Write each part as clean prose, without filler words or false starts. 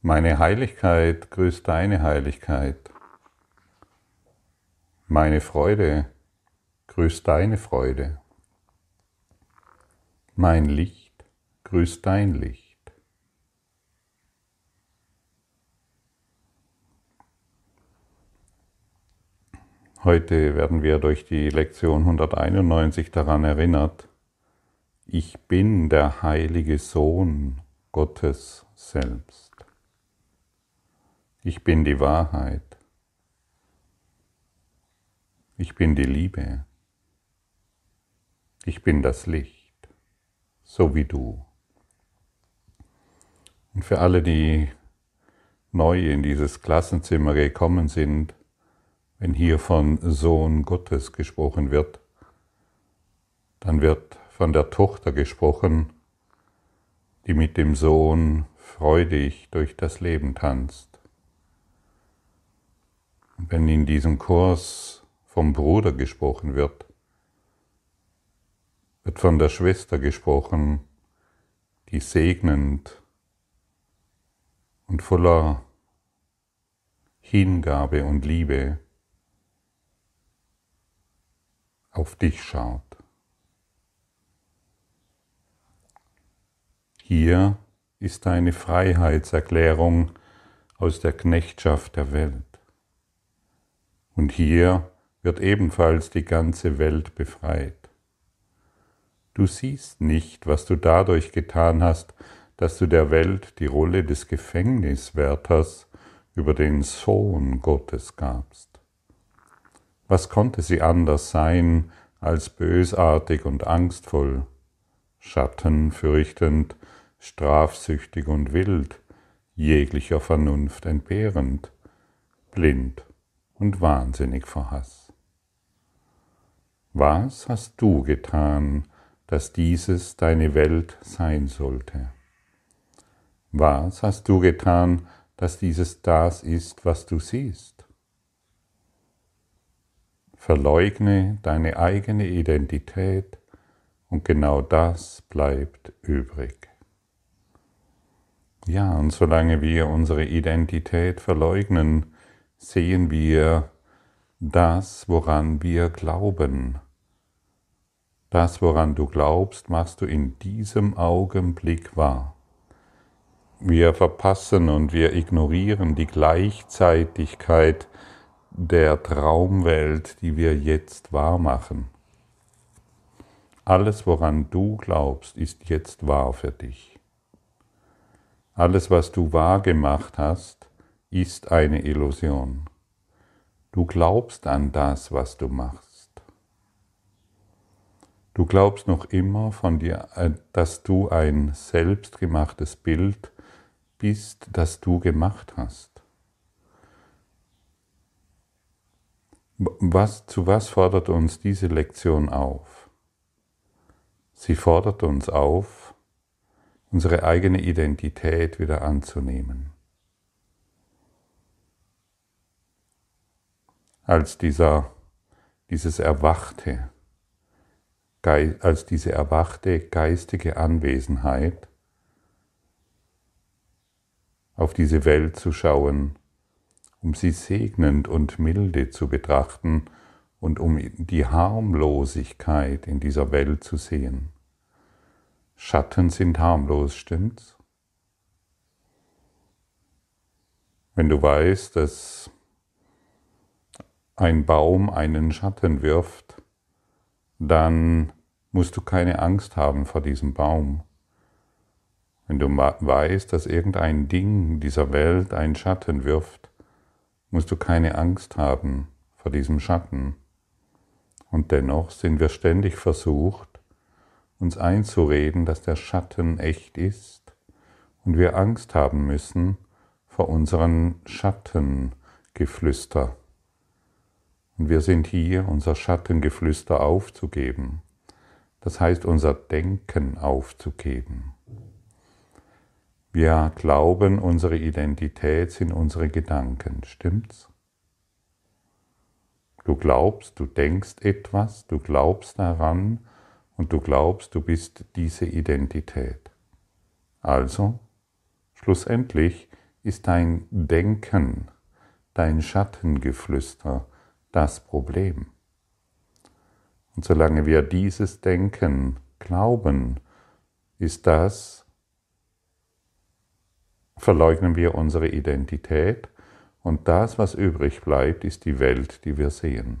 Meine Heiligkeit grüßt deine Heiligkeit. Meine Freude grüßt deine Freude. Mein Licht grüßt dein Licht. Heute werden wir durch die Lektion 191 daran erinnert, ich bin der heilige Sohn Gottes selbst. Ich bin die Wahrheit. Ich bin die Liebe. Ich bin das Licht, so wie du. Und für alle, die neu in dieses Klassenzimmer gekommen sind, wenn hier von Sohn Gottes gesprochen wird, dann wird von der Tochter gesprochen, die mit dem Sohn freudig durch das Leben tanzt. Und wenn in diesem Kurs vom Bruder gesprochen wird, wird von der Schwester gesprochen, die segnend und voller Hingabe und Liebe auf dich schaut. Hier ist eine Freiheitserklärung aus der Knechtschaft der Welt. Und hier wird ebenfalls die ganze Welt befreit. Du siehst nicht, was du dadurch getan hast, dass du der Welt die Rolle des Gefängniswärters über den Sohn Gottes gabst. Was konnte sie anders sein als bösartig und angstvoll, Schatten fürchtend, strafsüchtig und wild, jeglicher Vernunft entbehrend, blind und wahnsinnig vor Hass? Was hast du getan, dass dieses deine Welt sein sollte? Was hast du getan, dass dieses das ist, was du siehst? Verleugne deine eigene Identität und genau das bleibt übrig. Ja, und solange wir unsere Identität verleugnen, sehen wir das, woran wir glauben. Das, woran du glaubst, machst du in diesem Augenblick wahr. Wir verpassen und wir ignorieren die Gleichzeitigkeit der Traumwelt, die wir jetzt wahr machen. Alles, woran du glaubst, ist jetzt wahr für dich. Alles, was du wahr gemacht hast, ist eine Illusion. Du glaubst an das, was du machst. Du glaubst noch immer von dir, dass du ein selbstgemachtes Bild bist, das du gemacht hast. Zu was fordert uns diese Lektion auf? Sie fordert uns auf, unsere eigene Identität wieder anzunehmen. Als diese erwachte geistige Anwesenheit auf diese Welt zu schauen, um sie segnend und milde zu betrachten und um die Harmlosigkeit in dieser Welt zu sehen. Schatten sind harmlos, stimmt's? Wenn du weißt, dass ein Baum einen Schatten wirft, dann musst du keine Angst haben vor diesem Baum. Wenn du weißt, dass irgendein Ding dieser Welt einen Schatten wirft, musst du keine Angst haben vor diesem Schatten. Und dennoch sind wir ständig versucht, uns einzureden, dass der Schatten echt ist und wir Angst haben müssen vor unseren Schattengeflüster. Und wir sind hier, unser Schattengeflüster aufzugeben. Das heißt, unser Denken aufzugeben. Wir glauben, unsere Identität sind unsere Gedanken. Stimmt's? Du glaubst, du denkst etwas, du glaubst daran und du glaubst, du bist diese Identität. Also, schlussendlich ist dein Denken, dein Schattengeflüster das Problem. Und solange wir dieses Denken glauben, verleugnen wir unsere Identität und das, was übrig bleibt, ist die Welt, die wir sehen.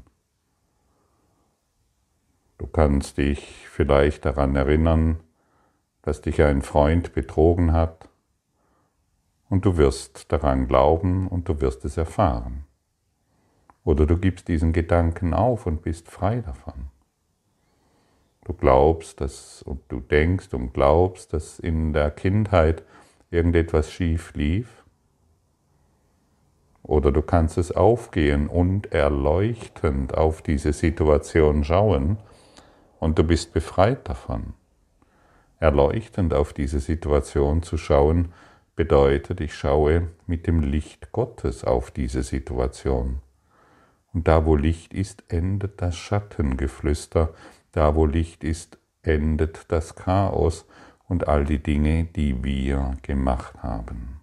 Du kannst dich vielleicht daran erinnern, dass dich ein Freund betrogen hat und du wirst daran glauben und du wirst es erfahren. Oder du gibst diesen Gedanken auf und bist frei davon. Du glaubst, und du denkst und glaubst, dass in der Kindheit irgendetwas schief lief. Oder du kannst es aufgehen und erleuchtend auf diese Situation schauen und du bist befreit davon. Erleuchtend auf diese Situation zu schauen, bedeutet, ich schaue mit dem Licht Gottes auf diese Situation. Und da, wo Licht ist, endet das Schattengeflüster. Da, wo Licht ist, endet das Chaos und all die Dinge, die wir gemacht haben.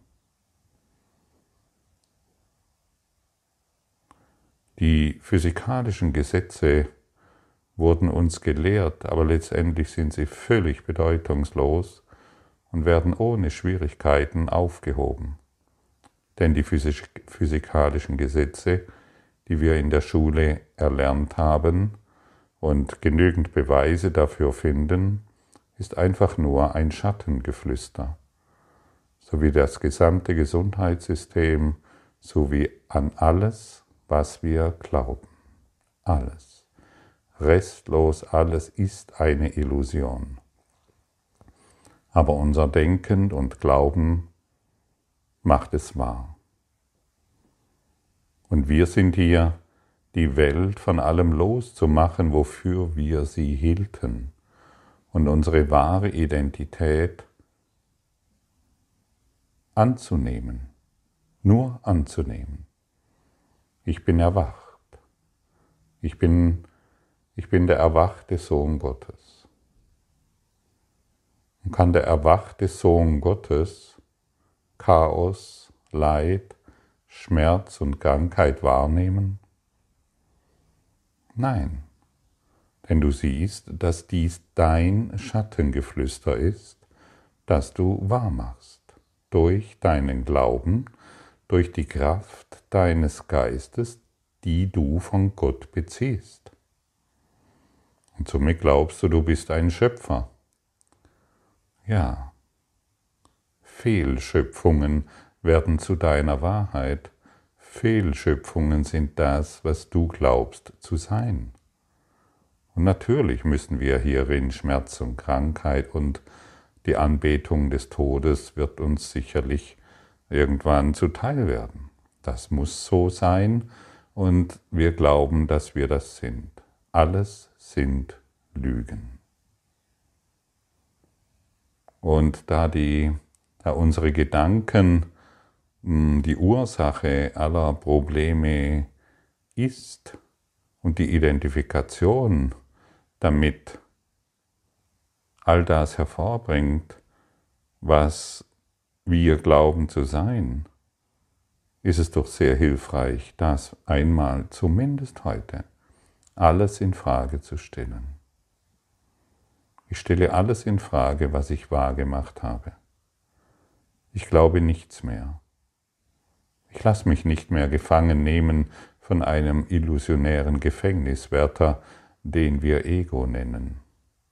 Die physikalischen Gesetze wurden uns gelehrt, aber letztendlich sind sie völlig bedeutungslos und werden ohne Schwierigkeiten aufgehoben. Denn die physikalischen Gesetze, die wir in der Schule erlernt haben und genügend Beweise dafür finden, ist einfach nur ein Schattengeflüster, so wie das gesamte Gesundheitssystem, so wie an alles, was wir glauben. Alles. Restlos alles ist eine Illusion. Aber unser Denken und Glauben macht es wahr. Und wir sind hier, die Welt von allem loszumachen, wofür wir sie hielten, und unsere wahre Identität anzunehmen, nur anzunehmen. Ich bin erwacht. Ich bin der erwachte Sohn Gottes. Und kann der erwachte Sohn Gottes Chaos, Leid, Schmerz und Krankheit wahrnehmen? Nein, denn du siehst, dass dies dein Schattengeflüster ist, das du wahrmachst, durch deinen Glauben, durch die Kraft deines Geistes, die du von Gott beziehst. Und somit glaubst du, du bist ein Schöpfer. Ja, Fehlschöpfungen werden zu deiner Wahrheit. Fehlschöpfungen sind das, was du glaubst zu sein. Und natürlich müssen wir hierin Schmerz und Krankheit und die Anbetung des Todes wird uns sicherlich irgendwann zuteil werden. Das muss so sein und wir glauben, dass wir das sind. Alles sind Lügen. Und da unsere Gedanken die Ursache aller Probleme ist und die Identifikation damit all das hervorbringt, was wir glauben zu sein, ist es doch sehr hilfreich, das einmal, zumindest heute, alles in Frage zu stellen. Ich stelle alles in Frage, was ich wahrgemacht habe. Ich glaube nichts mehr. Ich lasse mich nicht mehr gefangen nehmen von einem illusionären Gefängniswärter, den wir Ego nennen.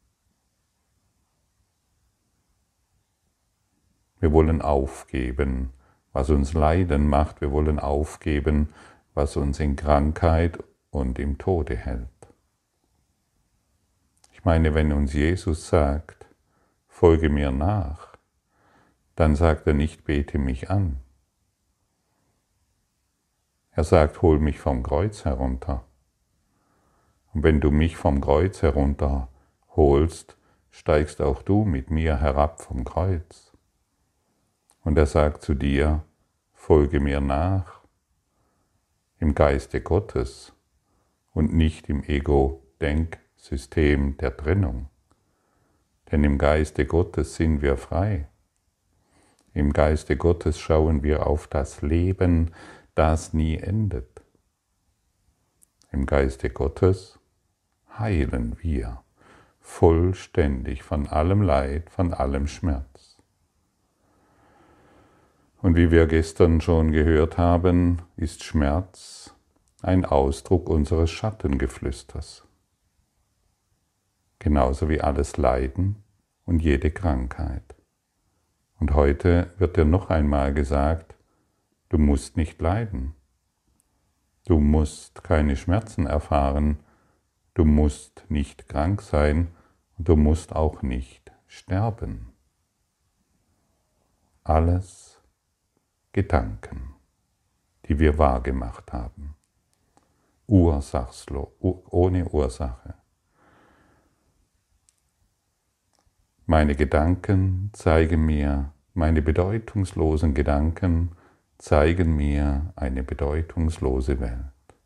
Wir wollen aufgeben, was uns Leiden macht. Wir wollen aufgeben, was uns in Krankheit und im Tode hält. Ich meine, wenn uns Jesus sagt, folge mir nach, dann sagt er nicht, bete mich an. Er sagt, hol mich vom Kreuz herunter. Und wenn du mich vom Kreuz herunter holst, steigst auch du mit mir herab vom Kreuz. Und er sagt zu dir, folge mir nach, im Geiste Gottes und nicht im Ego-Denksystem der Trennung. Denn im Geiste Gottes sind wir frei. Im Geiste Gottes schauen wir auf das Leben, das nie endet. Im Geiste Gottes heilen wir vollständig von allem Leid, von allem Schmerz. Und wie wir gestern schon gehört haben, ist Schmerz ein Ausdruck unseres Schattengeflüsters. Genauso wie alles Leiden und jede Krankheit. Und heute wird dir noch einmal gesagt, du musst nicht leiden. Du musst keine Schmerzen erfahren. Du musst nicht krank sein und du musst auch nicht sterben. Alles Gedanken, die wir wahrgemacht haben. Ursachslos, ohne Ursache. Meine Gedanken zeigen mir, meine bedeutungslosen Gedanken zeigen mir eine bedeutungslose Welt.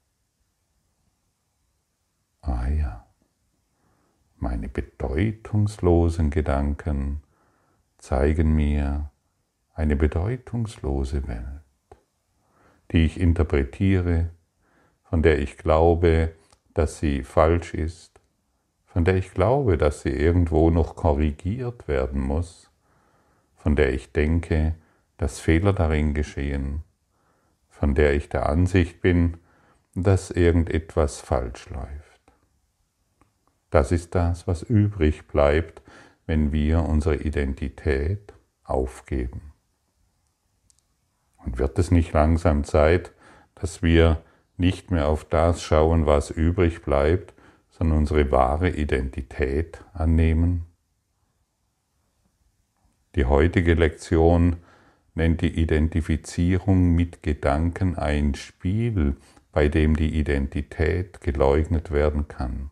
Ah ja, meine bedeutungslosen Gedanken zeigen mir eine bedeutungslose Welt, die ich interpretiere, von der ich glaube, dass sie falsch ist, von der ich glaube, dass sie irgendwo noch korrigiert werden muss, von der ich denke, dass Fehler darin geschehen, von der ich der Ansicht bin, dass irgendetwas falsch läuft. Das ist das, was übrig bleibt, wenn wir unsere Identität aufgeben. Und wird es nicht langsam Zeit, dass wir nicht mehr auf das schauen, was übrig bleibt, sondern unsere wahre Identität annehmen? Die heutige Lektion nennt die Identifizierung mit Gedanken ein Spiel, bei dem die Identität geleugnet werden kann.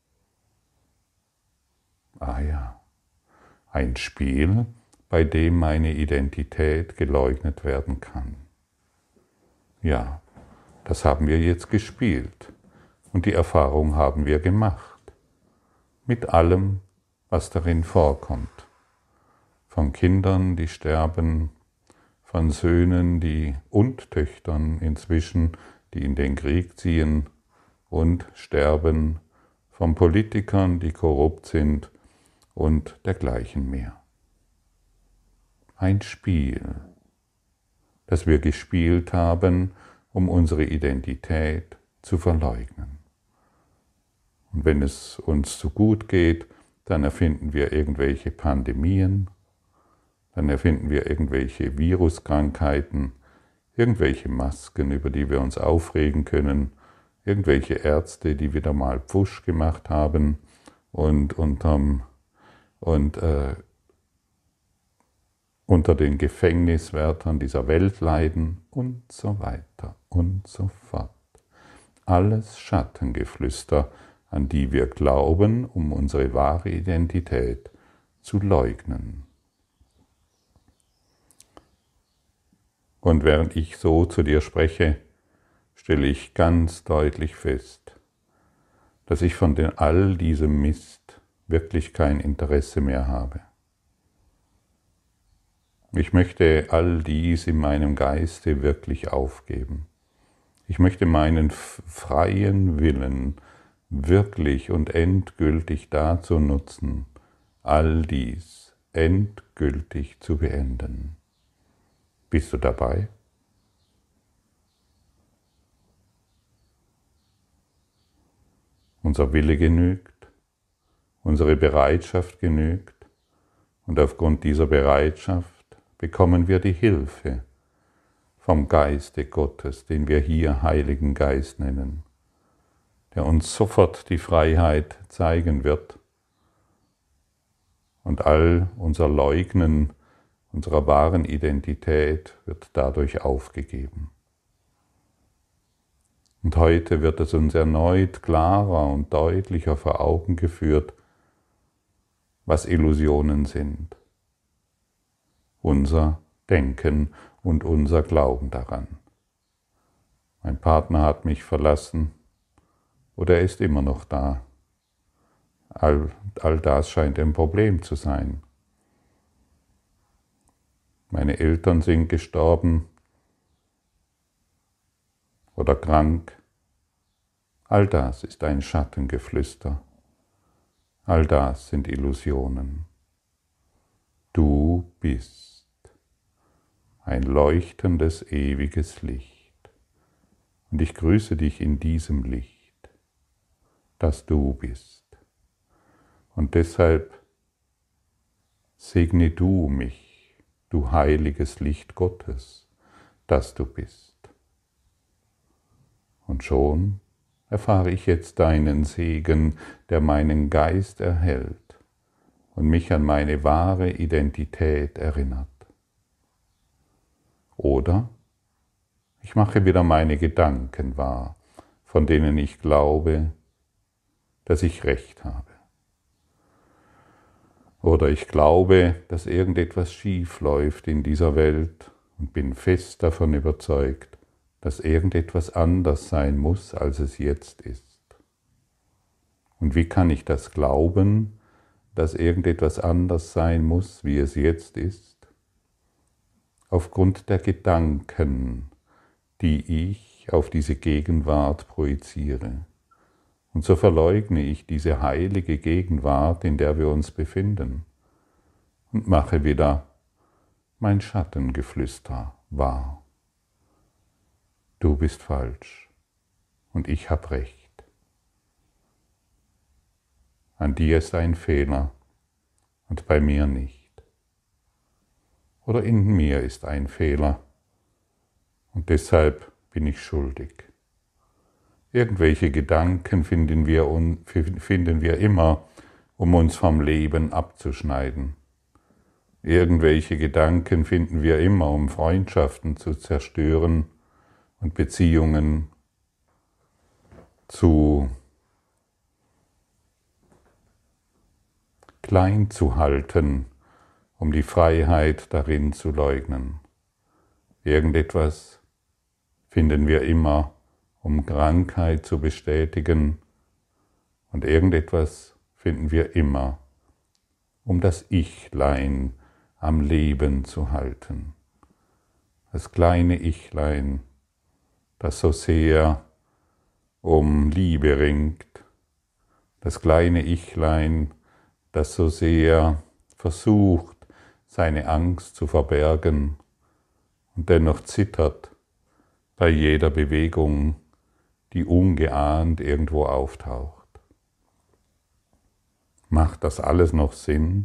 Ah ja, ein Spiel, bei dem meine Identität geleugnet werden kann. Ja, das haben wir jetzt gespielt und die Erfahrung haben wir gemacht. Mit allem, was darin vorkommt. Von Kindern, die sterben, von Söhnen und Töchtern inzwischen, die in den Krieg ziehen und sterben, von Politikern, die korrupt sind und dergleichen mehr. Ein Spiel, das wir gespielt haben, um unsere Identität zu verleugnen. Und wenn es uns zu gut geht, dann erfinden wir irgendwelche Pandemien, dann erfinden wir irgendwelche Viruskrankheiten, irgendwelche Masken, über die wir uns aufregen können, irgendwelche Ärzte, die wieder mal Pfusch gemacht haben und unter den Gefängniswärtern dieser Welt leiden und so weiter und so fort. Alles Schattengeflüster, an die wir glauben, um unsere wahre Identität zu leugnen. Und während ich so zu dir spreche, stelle ich ganz deutlich fest, dass ich von all diesem Mist wirklich kein Interesse mehr habe. Ich möchte all dies in meinem Geiste wirklich aufgeben. Ich möchte meinen freien Willen wirklich und endgültig dazu nutzen, all dies endgültig zu beenden. Bist du dabei? Unser Wille genügt, unsere Bereitschaft genügt und aufgrund dieser Bereitschaft bekommen wir die Hilfe vom Geiste Gottes, den wir hier Heiligen Geist nennen, der uns sofort die Freiheit zeigen wird und all unser Leugnen unserer wahren Identität wird dadurch aufgegeben. Und heute wird es uns erneut klarer und deutlicher vor Augen geführt, was Illusionen sind. Unser Denken und unser Glauben daran. Mein Partner hat mich verlassen oder er ist immer noch da. All das scheint ein Problem zu sein. meine Eltern sind gestorben oder krank. All das ist ein Schattengeflüster. All das sind Illusionen. Du bist ein leuchtendes, ewiges Licht. Und ich grüße dich in diesem Licht, das du bist. Und deshalb segne du mich, du heiliges Licht Gottes, das du bist. Und schon erfahre ich jetzt deinen Segen, der meinen Geist erhält und mich an meine wahre Identität erinnert. Oder ich mache wieder meine Gedanken wahr, von denen ich glaube, dass ich recht habe. Oder ich glaube, dass irgendetwas schief läuft in dieser Welt und bin fest davon überzeugt, dass irgendetwas anders sein muss, als es jetzt ist. Und wie kann ich das glauben, dass irgendetwas anders sein muss, wie es jetzt ist? Aufgrund der Gedanken, die ich auf diese Gegenwart projiziere. Und so verleugne ich diese heilige Gegenwart, in der wir uns befinden, und mache wieder mein Schattengeflüster wahr. Du bist falsch und ich habe recht. An dir ist ein Fehler und bei mir nicht. Oder in mir ist ein Fehler und deshalb bin ich schuldig. Irgendwelche Gedanken finden wir immer, um uns vom Leben abzuschneiden. Irgendwelche Gedanken finden wir immer, um Freundschaften zu zerstören und Beziehungen zu klein zu halten, um die Freiheit darin zu leugnen. Irgendetwas finden wir immer, um Krankheit zu bestätigen, und irgendetwas finden wir immer, um das Ichlein am Leben zu halten. Das kleine Ichlein, das so sehr um Liebe ringt, das kleine Ichlein, das so sehr versucht, seine Angst zu verbergen und dennoch zittert bei jeder Bewegung, die ungeahnt irgendwo auftaucht. Macht das alles noch Sinn?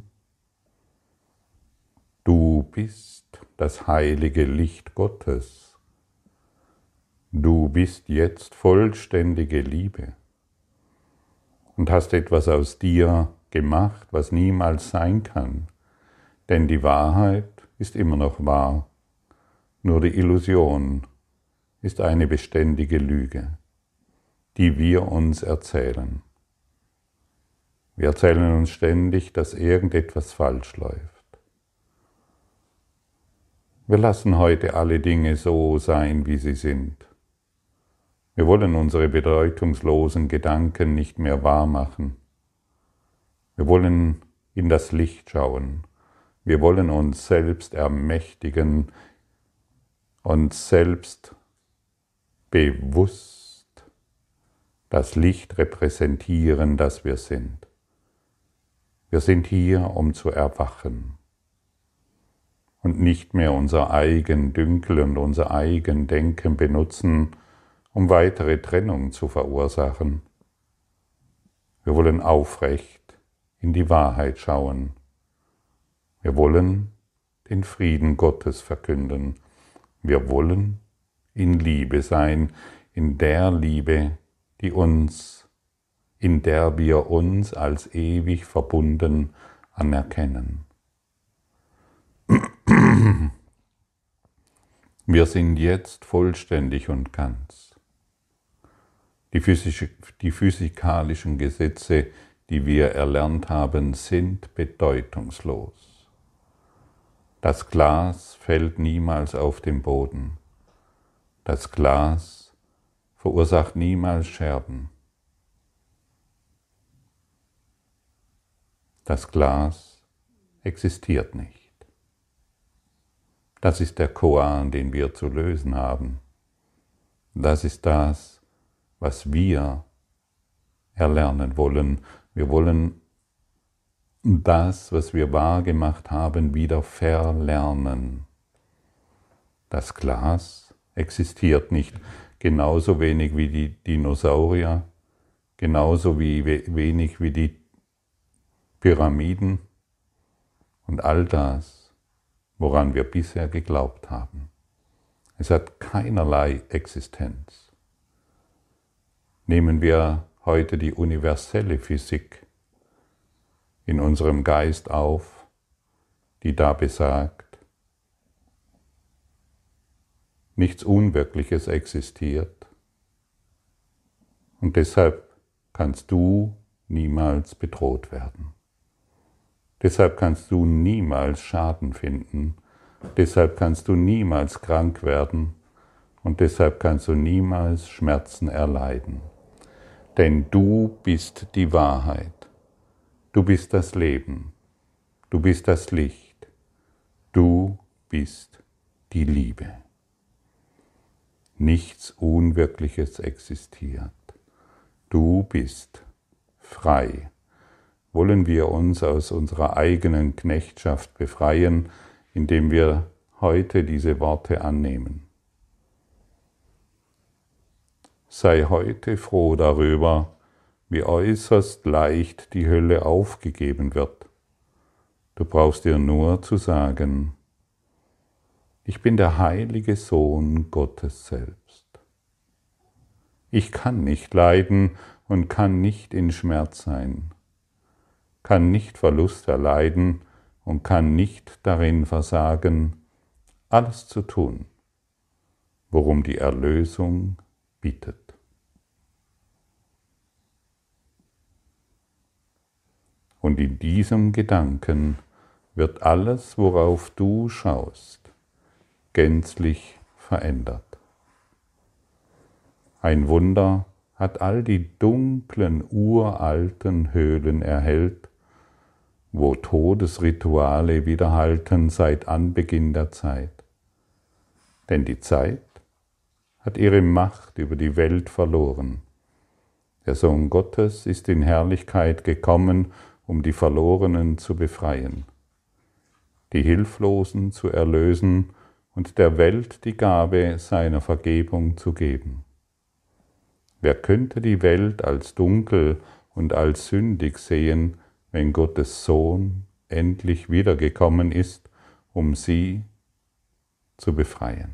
Du bist das heilige Licht Gottes. Du bist jetzt vollständige Liebe und hast etwas aus dir gemacht, was niemals sein kann. Denn die Wahrheit ist immer noch wahr, nur die Illusion ist eine beständige Lüge, die wir uns erzählen. Wir erzählen uns ständig, dass irgendetwas falsch läuft. Wir lassen heute alle Dinge so sein, wie sie sind. Wir wollen unsere bedeutungslosen Gedanken nicht mehr wahr machen. Wir wollen in das Licht schauen. Wir wollen uns selbst ermächtigen, uns selbst bewusst das Licht repräsentieren, das wir sind. Wir sind hier, um zu erwachen und nicht mehr unser eigen Dünkel und unser eigen Denken benutzen, um weitere Trennung zu verursachen. Wir wollen aufrecht in die Wahrheit schauen. Wir wollen den Frieden Gottes verkünden. Wir wollen in Liebe sein, in der Liebe, in der wir uns als ewig verbunden anerkennen. Wir sind jetzt vollständig und ganz. Die physikalischen Gesetze, die wir erlernt haben, sind bedeutungslos. Das Glas fällt niemals auf den Boden. Das Glas verursacht niemals Scherben. Das Glas existiert nicht. Das ist der Koan, den wir zu lösen haben. Das ist das, was wir erlernen wollen. Wir wollen das, was wir wahrgemacht haben, wieder verlernen. Das Glas existiert nicht, genauso wenig wie die Dinosaurier, genauso wenig wie die Pyramiden und all das, woran wir bisher geglaubt haben. Es hat keinerlei Existenz. Nehmen wir heute die universelle Physik in unserem Geist auf, die da besagt, nichts Unwirkliches existiert und deshalb kannst du niemals bedroht werden. Deshalb kannst du niemals Schaden finden, deshalb kannst du niemals krank werden und deshalb kannst du niemals Schmerzen erleiden. Denn du bist die Wahrheit. Du bist das Leben, du bist das Licht, du bist die Liebe. Nichts Unwirkliches existiert. Du bist frei. Wollen wir uns aus unserer eigenen Knechtschaft befreien, indem wir heute diese Worte annehmen. Sei heute froh darüber, wie äußerst leicht die Hölle aufgegeben wird. Du brauchst dir nur zu sagen, ich bin der heilige Sohn Gottes selbst. Ich kann nicht leiden und kann nicht in Schmerz sein, kann nicht Verlust erleiden und kann nicht darin versagen, alles zu tun, worum die Erlösung bittet. Und in diesem Gedanken wird alles, worauf du schaust, gänzlich verändert. Ein Wunder hat all die dunklen, uralten Höhlen erhellt, wo Todesrituale widerhallten seit Anbeginn der Zeit. Denn die Zeit hat ihre Macht über die Welt verloren. Der Sohn Gottes ist in Herrlichkeit gekommen, um die Verlorenen zu befreien, die Hilflosen zu erlösen und der Welt die Gabe seiner Vergebung zu geben. Wer könnte die Welt als dunkel und als sündig sehen, wenn Gottes Sohn endlich wiedergekommen ist, um sie zu befreien?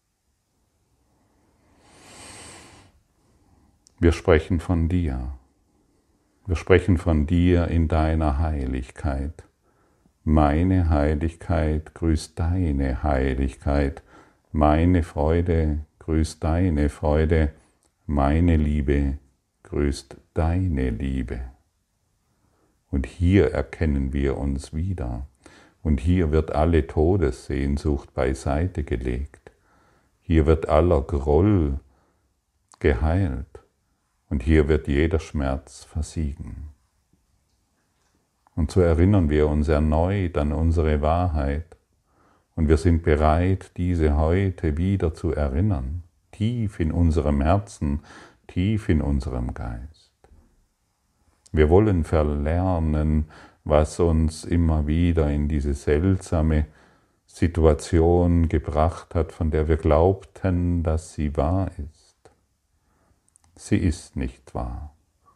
Wir sprechen von dir. Wir sprechen von dir in deiner Heiligkeit. Meine Heiligkeit grüßt deine Heiligkeit. Meine Freude grüßt deine Freude. Meine Liebe grüßt deine Liebe. Und hier erkennen wir uns wieder. Und hier wird alle Todessehnsucht beiseite gelegt. Hier wird aller Groll geheilt. Und hier wird jeder Schmerz versiegen. Und so erinnern wir uns erneut an unsere Wahrheit. Und wir sind bereit, diese heute wieder zu erinnern. Tief in unserem Herzen, tief in unserem Geist. Wir wollen verlernen, was uns immer wieder in diese seltsame Situation gebracht hat, von der wir glaubten, dass sie wahr ist. Sie ist nicht wahr.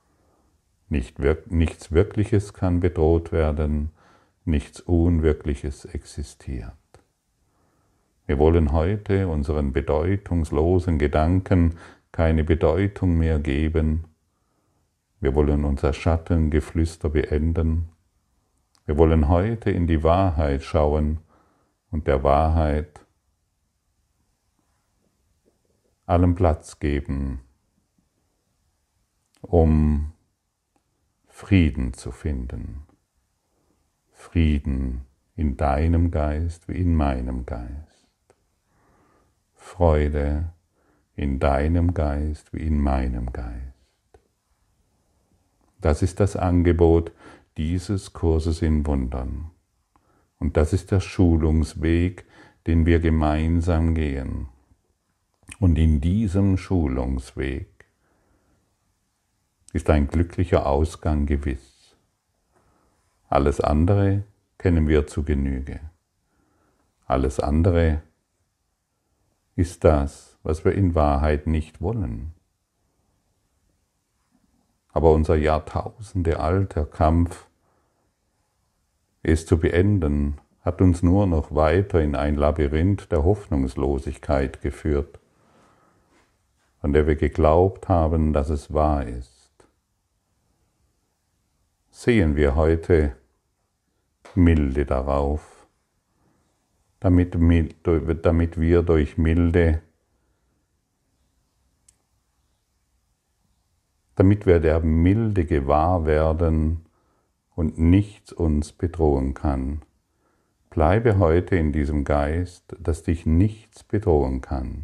Nichts Wirkliches kann bedroht werden, nichts Unwirkliches existiert. Wir wollen heute unseren bedeutungslosen Gedanken keine Bedeutung mehr geben. Wir wollen unser Schattengeflüster beenden. Wir wollen heute in die Wahrheit schauen und der Wahrheit allen Platz geben, um Frieden zu finden. Frieden in deinem Geist wie in meinem Geist. Freude in deinem Geist wie in meinem Geist. Das ist das Angebot dieses Kurses in Wundern. Und das ist der Schulungsweg, den wir gemeinsam gehen. Und in diesem Schulungsweg ist ein glücklicher Ausgang gewiss. Alles andere kennen wir zu Genüge. Alles andere ist das, was wir in Wahrheit nicht wollen. Aber unser jahrtausendealter Kampf, es zu beenden, hat uns nur noch weiter in ein Labyrinth der Hoffnungslosigkeit geführt, von der wir geglaubt haben, dass es wahr ist. Sehen wir heute Milde darauf, damit wir durch Milde, damit wir der Milde gewahr werden und nichts uns bedrohen kann. Bleibe heute in diesem Geist, dass dich nichts bedrohen kann.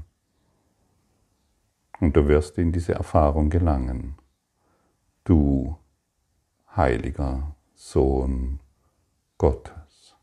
Und du wirst in diese Erfahrung gelangen. Du, heiliger Sohn Gottes.